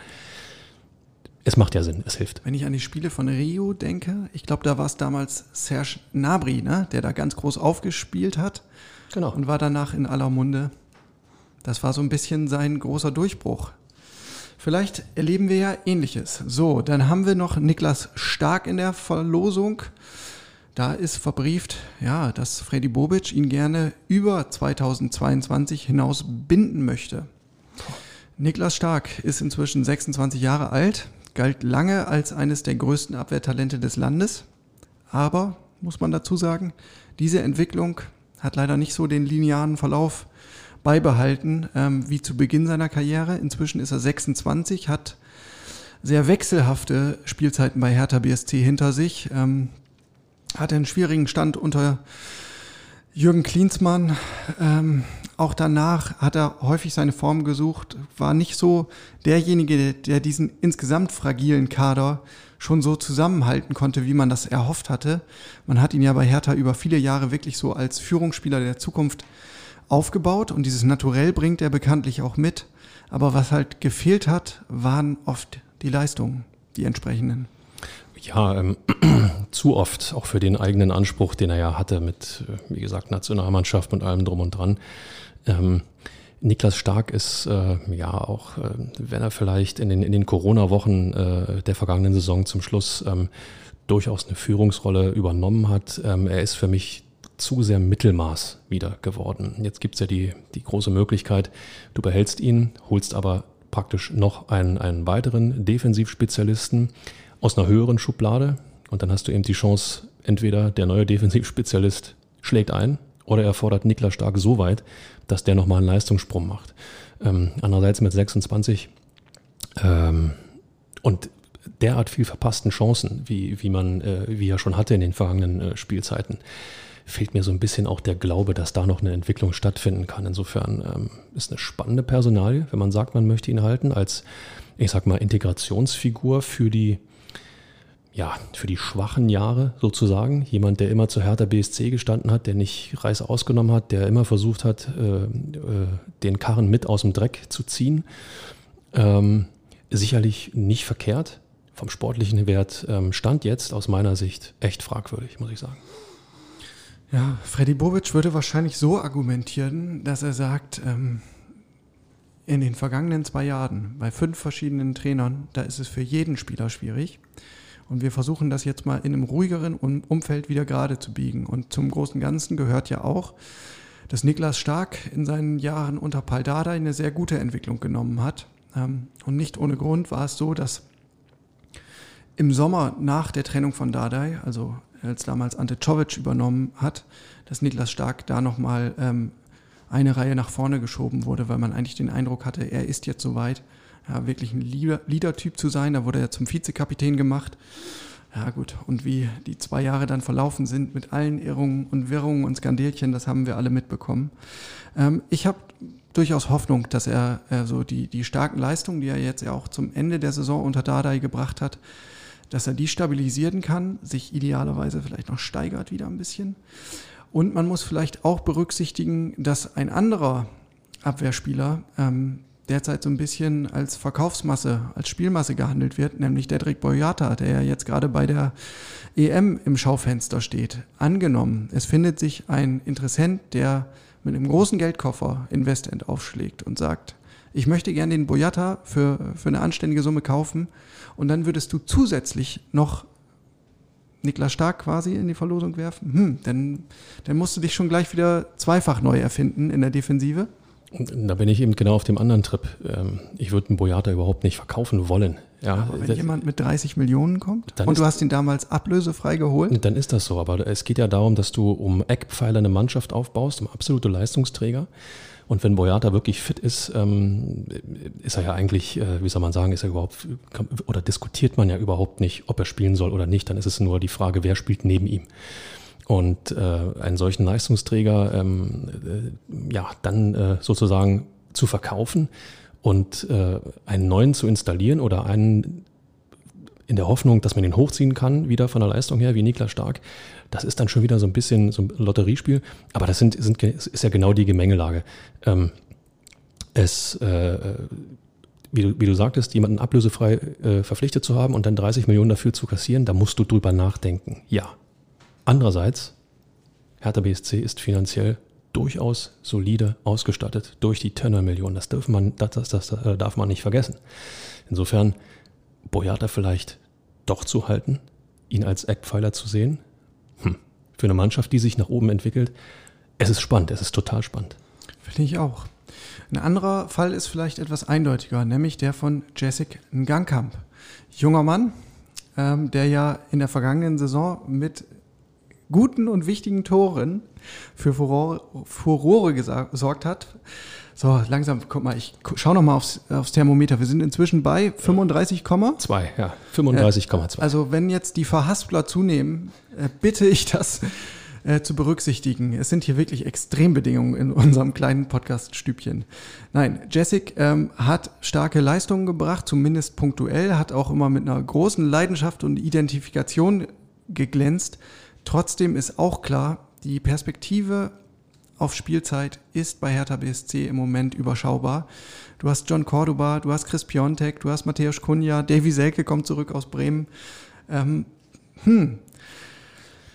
es macht ja Sinn, es hilft. Wenn ich an die Spiele von Rio denke, ich glaube, da war es damals Serge Gnabry, ne, der da ganz groß aufgespielt hat. Genau. Und war danach in aller Munde. Das war so ein bisschen sein großer Durchbruch. Vielleicht erleben wir ja Ähnliches. So, dann haben wir noch Niklas Stark in der Verlosung. Da ist verbrieft, ja, dass Fredi Bobic ihn gerne über 2022 hinaus binden möchte. Niklas Stark ist inzwischen 26 Jahre alt, galt lange als eines der größten Abwehrtalente des Landes. Aber, muss man dazu sagen, diese Entwicklung hat leider nicht so den linearen Verlauf beibehalten wie zu Beginn seiner Karriere. Inzwischen ist er 26, hat sehr wechselhafte Spielzeiten bei Hertha BSC hinter sich, hatte einen schwierigen Stand unter Jürgen Klinsmann. Auch danach hat er häufig seine Form gesucht, war nicht so derjenige, der diesen insgesamt fragilen Kader schon so zusammenhalten konnte, wie man das erhofft hatte. Man hat ihn ja bei Hertha über viele Jahre wirklich so als Führungsspieler der Zukunft aufgebaut und dieses Naturell bringt er bekanntlich auch mit. Aber was halt gefehlt hat, waren oft die Leistungen, die entsprechenden. Ja, zu oft, auch für den eigenen Anspruch, den er ja hatte mit, wie gesagt, Nationalmannschaft und allem drum und dran. Niklas Stark ist auch, wenn er vielleicht in den Corona-Wochen der vergangenen Saison zum Schluss durchaus eine Führungsrolle übernommen hat, er ist für mich zu sehr Mittelmaß wieder geworden. Jetzt gibt es ja die große Möglichkeit, du behältst ihn, holst aber praktisch noch einen weiteren Defensivspezialisten aus einer höheren Schublade und dann hast du eben die Chance, entweder der neue Defensivspezialist schlägt ein oder er fordert Niklas Stark so weit, dass der nochmal einen Leistungssprung macht. Andererseits mit 26 und derart viel verpassten Chancen, wie er schon hatte in den vergangenen Spielzeiten, fehlt mir so ein bisschen auch der Glaube, dass da noch eine Entwicklung stattfinden kann. Insofern ist eine spannende Personalie, wenn man sagt, man möchte ihn halten, als, ich sag mal, Integrationsfigur für die schwachen Jahre sozusagen. Jemand, der immer zu Hertha BSC gestanden hat, der nicht Reis ausgenommen hat, der immer versucht hat, den Karren mit aus dem Dreck zu ziehen. Sicherlich nicht verkehrt. Vom sportlichen Wert Stand jetzt aus meiner Sicht echt fragwürdig, muss ich sagen. Ja, Fredi Bobic würde wahrscheinlich so argumentieren, dass er sagt, in den vergangenen 2 Jahren bei 5 verschiedenen Trainern, da ist es für jeden Spieler schwierig. Und wir versuchen das jetzt mal in einem ruhigeren Umfeld wieder gerade zu biegen. Und zum großen Ganzen gehört ja auch, dass Niklas Stark in seinen Jahren unter Pal Dardai eine sehr gute Entwicklung genommen hat. Und nicht ohne Grund war es so, dass im Sommer nach der Trennung von Dardai, also als damals Ante Czovic übernommen hat, dass Niklas Stark da nochmal eine Reihe nach vorne geschoben wurde, weil man eigentlich den Eindruck hatte, er ist jetzt soweit, wirklich ein Leader-Typ zu sein. Da wurde er zum Vizekapitän gemacht. Ja gut, und wie die 2 Jahre dann verlaufen sind mit allen Irrungen und Wirrungen und Skandelchen, das haben wir alle mitbekommen. Ich habe durchaus Hoffnung, dass er so die starken Leistungen, die er jetzt ja auch zum Ende der Saison unter Dardai gebracht hat, dass er die stabilisieren kann, sich idealerweise vielleicht noch steigert wieder ein bisschen. Und man muss vielleicht auch berücksichtigen, dass ein anderer Abwehrspieler derzeit so ein bisschen als Verkaufsmasse, als Spielmasse gehandelt wird, nämlich Dedryck Boyata, der ja jetzt gerade bei der EM im Schaufenster steht. Angenommen, es findet sich ein Interessent, der mit einem großen Geldkoffer in Westend aufschlägt und sagt, ich möchte gerne den Boyata für eine anständige Summe kaufen und dann würdest du zusätzlich noch Niklas Stark quasi in die Verlosung werfen, dann musst du dich schon gleich wieder zweifach neu erfinden in der Defensive. Da bin ich eben genau auf dem anderen Trip. Ich würde einen Boyata überhaupt nicht verkaufen wollen. Ja, aber wenn jemand mit 30 Millionen kommt und du hast ihn damals ablösefrei geholt? Dann ist das so. Aber es geht ja darum, dass du um Eckpfeiler eine Mannschaft aufbaust, um absolute Leistungsträger. Und wenn Boyata wirklich fit ist, ist er ja eigentlich, wie soll man sagen, oder diskutiert man ja überhaupt nicht, ob er spielen soll oder nicht. Dann ist es nur die Frage, wer spielt neben ihm. Und einen solchen Leistungsträger dann sozusagen zu verkaufen und einen neuen zu installieren oder einen in der Hoffnung, dass man den hochziehen kann, wieder von der Leistung her, wie Niklas Stark, das ist dann schon wieder so ein bisschen so ein Lotteriespiel. Aber das ist ja genau die Gemengelage. Wie du sagtest, jemanden ablösefrei verpflichtet zu haben und dann 30 Millionen dafür zu kassieren, da musst du drüber nachdenken. Ja. Andererseits, Hertha BSC ist finanziell durchaus solide ausgestattet durch die Tenor-Millionen. Das darf man nicht vergessen. Insofern, Boyata vielleicht doch zu halten, ihn als Eckpfeiler zu sehen. Für eine Mannschaft, die sich nach oben entwickelt, es ist spannend, es ist total spannend. Finde ich auch. Ein anderer Fall ist vielleicht etwas eindeutiger, nämlich der von Jessic Ngankamp. Junger Mann, der ja in der vergangenen Saison mit guten und wichtigen Toren für Furore gesorgt hat. So, langsam, guck mal, ich schau noch mal aufs Thermometer. Wir sind inzwischen bei 35,2. Ja, 35,2. Also wenn jetzt die Verhaspler zunehmen, bitte ich das zu berücksichtigen. Es sind hier wirklich Extrembedingungen in unserem kleinen Podcast-Stübchen. Nein, Jessic hat starke Leistungen gebracht, zumindest punktuell, hat auch immer mit einer großen Leidenschaft und Identifikation geglänzt. Trotzdem ist auch klar, die Perspektive auf Spielzeit ist bei Hertha BSC im Moment überschaubar. Du hast John Cordoba, du hast Chris Piontek, du hast Mateusz Cunha, Davy Selke kommt zurück aus Bremen.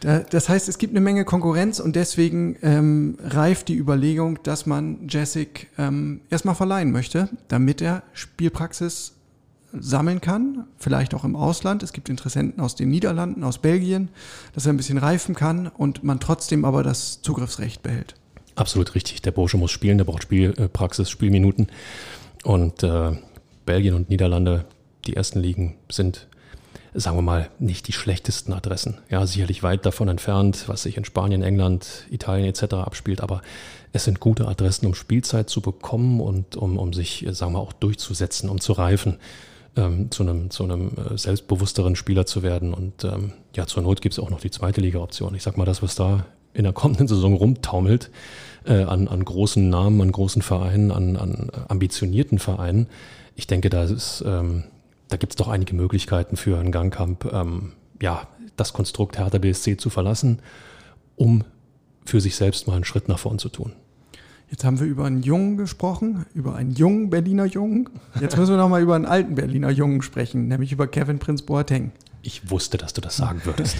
Das heißt, es gibt eine Menge Konkurrenz und deswegen reift die Überlegung, dass man Jessic erstmal verleihen möchte, damit er Spielpraxis sammeln kann, vielleicht auch im Ausland. Es gibt Interessenten aus den Niederlanden, aus Belgien, dass er ein bisschen reifen kann und man trotzdem aber das Zugriffsrecht behält. Absolut richtig. Der Bursche muss spielen, der braucht Spielpraxis, Spielminuten. Und Belgien und Niederlande, die ersten Ligen, sind, sagen wir mal, nicht die schlechtesten Adressen. Ja, sicherlich weit davon entfernt, was sich in Spanien, England, Italien etc. abspielt, aber es sind gute Adressen, um Spielzeit zu bekommen und um sich, sagen wir, auch durchzusetzen, um zu reifen, zu einem selbstbewussteren Spieler zu werden. Und zur Not gibt es auch noch die zweite Liga-Option. Ich sag mal, das, was da in der kommenden Saison rumtaumelt, an großen Namen, an großen Vereinen, an ambitionierten Vereinen, ich denke, da gibt es doch einige Möglichkeiten für einen Gangkamp, das Konstrukt Hertha BSC zu verlassen, um für sich selbst mal einen Schritt nach vorn zu tun. Jetzt haben wir über einen Jungen gesprochen, über einen jungen Berliner Jungen. Jetzt müssen wir noch mal über einen alten Berliner Jungen sprechen, nämlich über Kevin Prince Boateng. Ich wusste, dass du das sagen würdest.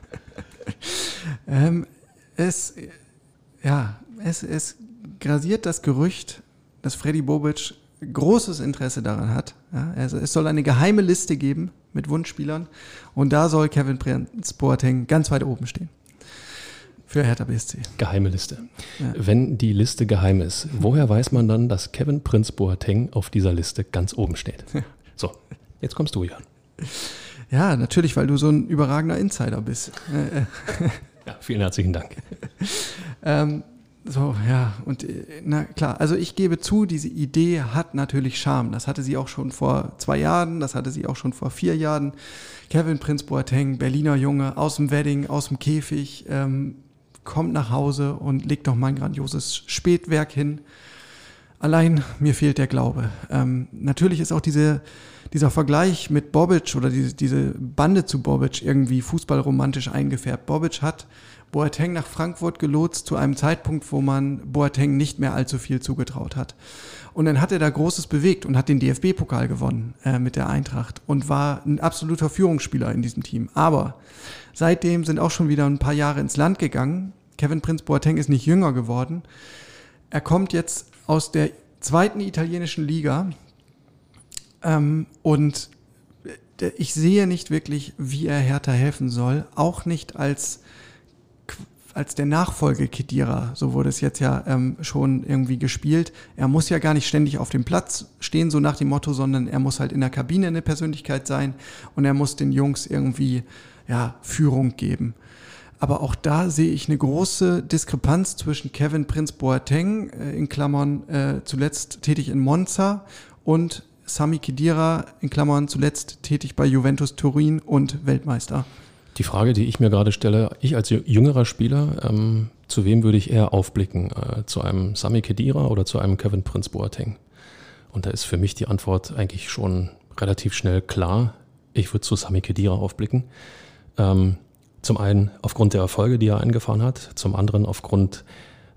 Es grasiert das Gerücht, dass Freddy Bobic großes Interesse daran hat. Ja, also es soll eine geheime Liste geben mit Wunschspielern und da soll Kevin Prince Boateng ganz weit oben stehen. Für Hertha BSC. Geheime Liste. Ja. Wenn die Liste geheim ist, woher weiß man dann, dass Kevin Prince Boateng auf dieser Liste ganz oben steht? Ja. So, jetzt kommst du, Jan. Ja, natürlich, weil du so ein überragender Insider bist. Ja, vielen herzlichen Dank. Na klar, also ich gebe zu, diese Idee hat natürlich Charme. Das hatte sie auch schon vor 2 Jahren, das hatte sie auch schon vor 4 Jahren. Kevin Prince Boateng, Berliner Junge, aus dem Wedding, aus dem Käfig, kommt nach Hause und legt doch mal ein grandioses Spätwerk hin. Allein mir fehlt der Glaube. Natürlich ist auch dieser Vergleich mit Bobic oder diese Bande zu Bobic irgendwie fußballromantisch eingefärbt. Bobic hat Boateng nach Frankfurt gelotst zu einem Zeitpunkt, wo man Boateng nicht mehr allzu viel zugetraut hat. Und dann hat er da Großes bewegt und hat den DFB-Pokal gewonnen mit der Eintracht und war ein absoluter Führungsspieler in diesem Team. Aber seitdem sind auch schon wieder ein paar Jahre ins Land gegangen. Kevin Prince Boateng ist nicht jünger geworden. Er kommt jetzt aus der 2. italienischen Liga und ich sehe nicht wirklich, wie er Hertha helfen soll. Auch nicht als der Nachfolge Khedira, so wurde es jetzt ja schon irgendwie gespielt. Er muss ja gar nicht ständig auf dem Platz stehen, so nach dem Motto, sondern er muss halt in der Kabine eine Persönlichkeit sein und er muss den Jungs irgendwie Führung geben. Aber auch da sehe ich eine große Diskrepanz zwischen Kevin Prince Boateng, in Klammern zuletzt tätig in Monza, und Sami Khedira, in Klammern zuletzt tätig bei Juventus Turin und Weltmeister. Die Frage, die ich mir gerade stelle, ich als jüngerer Spieler, zu wem würde ich eher aufblicken? Zu einem Sami Khedira oder zu einem Kevin Prince Boateng? Und da ist für mich die Antwort eigentlich schon relativ schnell klar. Ich würde zu Sami Khedira aufblicken. Zum einen aufgrund der Erfolge, die er eingefahren hat, zum anderen aufgrund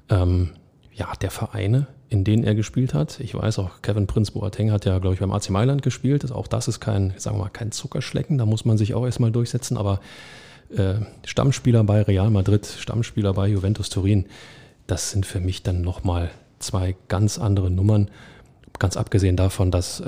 der Vereine, in denen er gespielt hat. Ich weiß auch, Kevin Prince Boateng hat ja, glaube ich, beim AC Mailand gespielt. Auch das ist kein Zuckerschlecken, da muss man sich auch erstmal durchsetzen. Aber Stammspieler bei Real Madrid, Stammspieler bei Juventus Turin, das sind für mich dann nochmal 2 ganz andere Nummern. Ganz abgesehen davon, dass,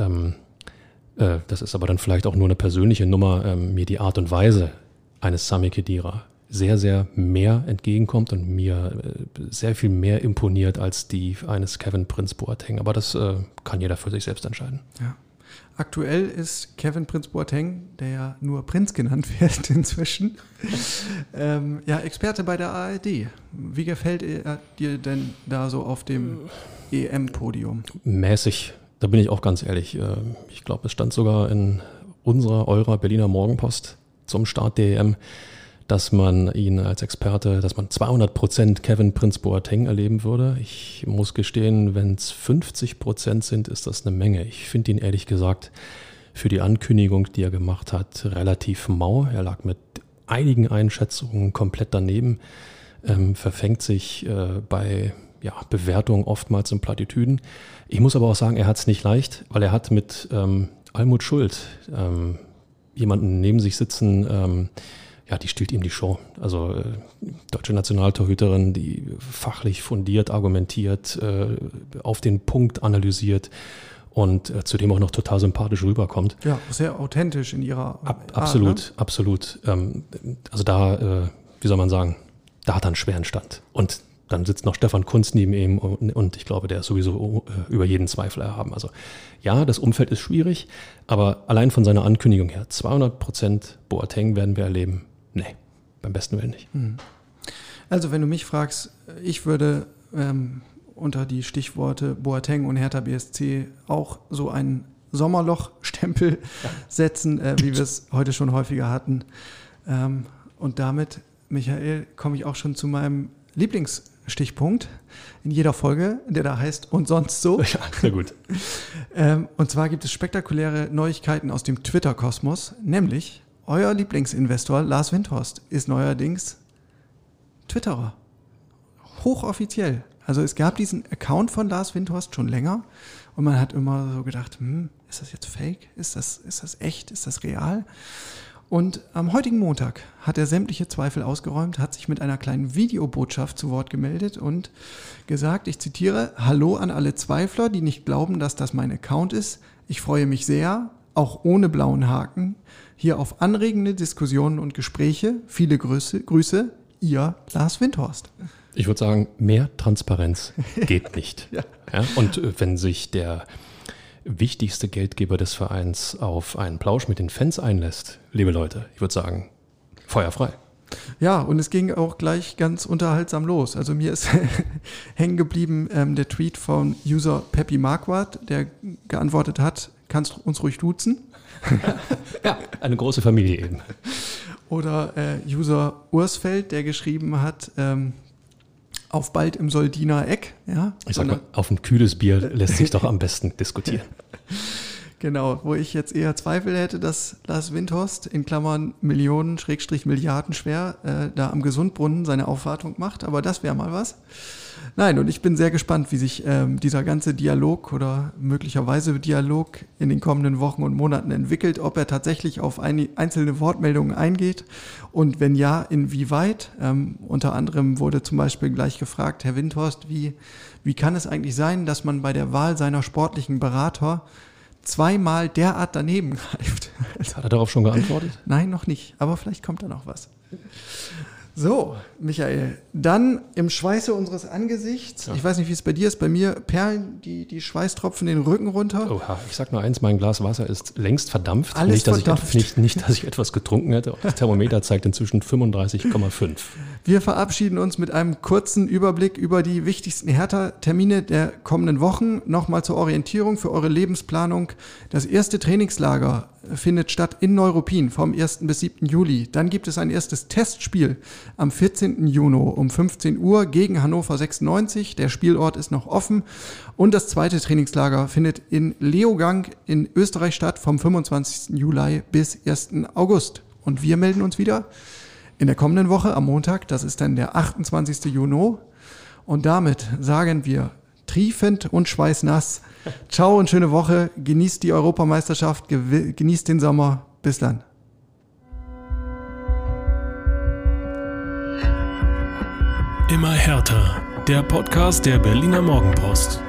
das ist aber dann vielleicht auch nur eine persönliche Nummer, mir die Art und Weise eines Sami Khedira sehr, sehr mehr entgegenkommt und mir sehr viel mehr imponiert als die eines Kevin Prince Boateng. Aber das kann jeder für sich selbst entscheiden. Ja. Aktuell ist Kevin Prince Boateng, der ja nur Prinz genannt wird inzwischen, Experte bei der ARD. Wie gefällt er dir denn da so auf dem EM-Podium? Mäßig, da bin ich auch ganz ehrlich. Ich glaube, es stand sogar in eurer Berliner Morgenpost zum Start der EM, dass man ihn als Experte, dass man 200% Kevin Prince Boateng erleben würde. Ich muss gestehen, wenn es 50% sind, ist das eine Menge. Ich finde ihn ehrlich gesagt für die Ankündigung, die er gemacht hat, relativ mau. Er lag mit einigen Einschätzungen komplett daneben, verfängt sich bei Bewertungen oftmals in Plattitüden. Ich muss aber auch sagen, er hat es nicht leicht, weil er hat mit Almut Schuld jemanden neben sich sitzen, die stiehlt ihm die Show. Also deutsche Nationaltorhüterin, die fachlich fundiert, argumentiert, auf den Punkt analysiert und zudem auch noch total sympathisch rüberkommt. Ja, sehr authentisch in ihrer Absolut, Art, ne? Absolut. Also da, wie soll man sagen, da hat er einen schweren Stand. Und dann sitzt noch Stefan Kuntz neben ihm und ich glaube, der ist sowieso über jeden Zweifel erhaben. Also ja, das Umfeld ist schwierig, aber allein von seiner Ankündigung her, 200% Boateng werden wir erleben. Nee, beim besten Willen nicht. Also wenn du mich fragst, ich würde unter die Stichworte Boateng und Hertha BSC auch so einen Sommerloch-Stempel setzen, wie wir es heute schon häufiger hatten. Und damit, Michael, komme ich auch schon zu meinem Lieblingsstichpunkt in jeder Folge, der da heißt und sonst so. Ja, sehr gut. Und zwar gibt es spektakuläre Neuigkeiten aus dem Twitter-Kosmos, nämlich euer Lieblingsinvestor Lars Windhorst ist neuerdings Twitterer. Hochoffiziell. Also es gab diesen Account von Lars Windhorst schon länger und man hat immer so gedacht, ist das jetzt fake? Ist das echt? Ist das real? Und am heutigen Montag hat er sämtliche Zweifel ausgeräumt, hat sich mit einer kleinen Videobotschaft zu Wort gemeldet und gesagt, ich zitiere, Hallo an alle Zweifler, die nicht glauben, dass das mein Account ist. Ich freue mich sehr, auch ohne blauen Haken, hier auf anregende Diskussionen und Gespräche. Viele Grüße, ihr Lars Windhorst. Ich würde sagen, mehr Transparenz geht nicht. Ja. Ja, und wenn sich der wichtigste Geldgeber des Vereins auf einen Plausch mit den Fans einlässt, liebe Leute, ich würde sagen, feuerfrei. Ja, und es ging auch gleich ganz unterhaltsam los. Also mir ist hängen geblieben der Tweet von User Peppy Marquardt, der geantwortet hat, kannst du uns ruhig duzen? Ja, eine große Familie eben. Oder User Ursfeld, der geschrieben hat, auf bald im Soldiner Eck. Ja, ich sag mal, auf ein kühles Bier lässt sich doch am besten diskutieren. Genau, wo ich jetzt eher Zweifel hätte, dass Lars Windhorst in Klammern Millionen/Milliarden schwer da am Gesundbrunnen seine Aufwartung macht, aber das wäre mal was. Nein, und ich bin sehr gespannt, wie sich dieser ganze Dialog oder möglicherweise Dialog in den kommenden Wochen und Monaten entwickelt, ob er tatsächlich auf einzelne Wortmeldungen eingeht und wenn ja, inwieweit. Unter anderem wurde zum Beispiel gleich gefragt, Herr Windhorst, wie kann es eigentlich sein, dass man bei der Wahl seiner sportlichen Berater zweimal derart daneben greift? Hat er darauf schon geantwortet? Nein, noch nicht, aber vielleicht kommt da noch was. So, Michael, dann im Schweiße unseres Angesichts, ja. Ich weiß nicht, wie es bei dir ist, bei mir perlen die Schweißtropfen den Rücken runter. Oha, ich sag nur eins, mein Glas Wasser ist längst verdampft. Alles verdampft. Nicht, dass ich etwas getrunken hätte. Das Thermometer zeigt inzwischen 35,5. Wir verabschieden uns mit einem kurzen Überblick über die wichtigsten Hertha-Termine der kommenden Wochen. Nochmal zur Orientierung für eure Lebensplanung. Das erste Trainingslager findet statt in Neuruppin vom 1. bis 7. Juli. Dann gibt es ein erstes Testspiel am 14. Juni um 15 Uhr gegen Hannover 96. Der Spielort ist noch offen. Und das zweite Trainingslager findet in Leogang in Österreich statt vom 25. Juli bis 1. August. Und wir melden uns wieder in der kommenden Woche am Montag. Das ist dann der 28. Juni. Und damit sagen wir triefend und schweißnass. Ciao und schöne Woche. Genießt die Europameisterschaft, genießt den Sommer. Bis dann. Immer härter. Der Podcast der Berliner Morgenpost.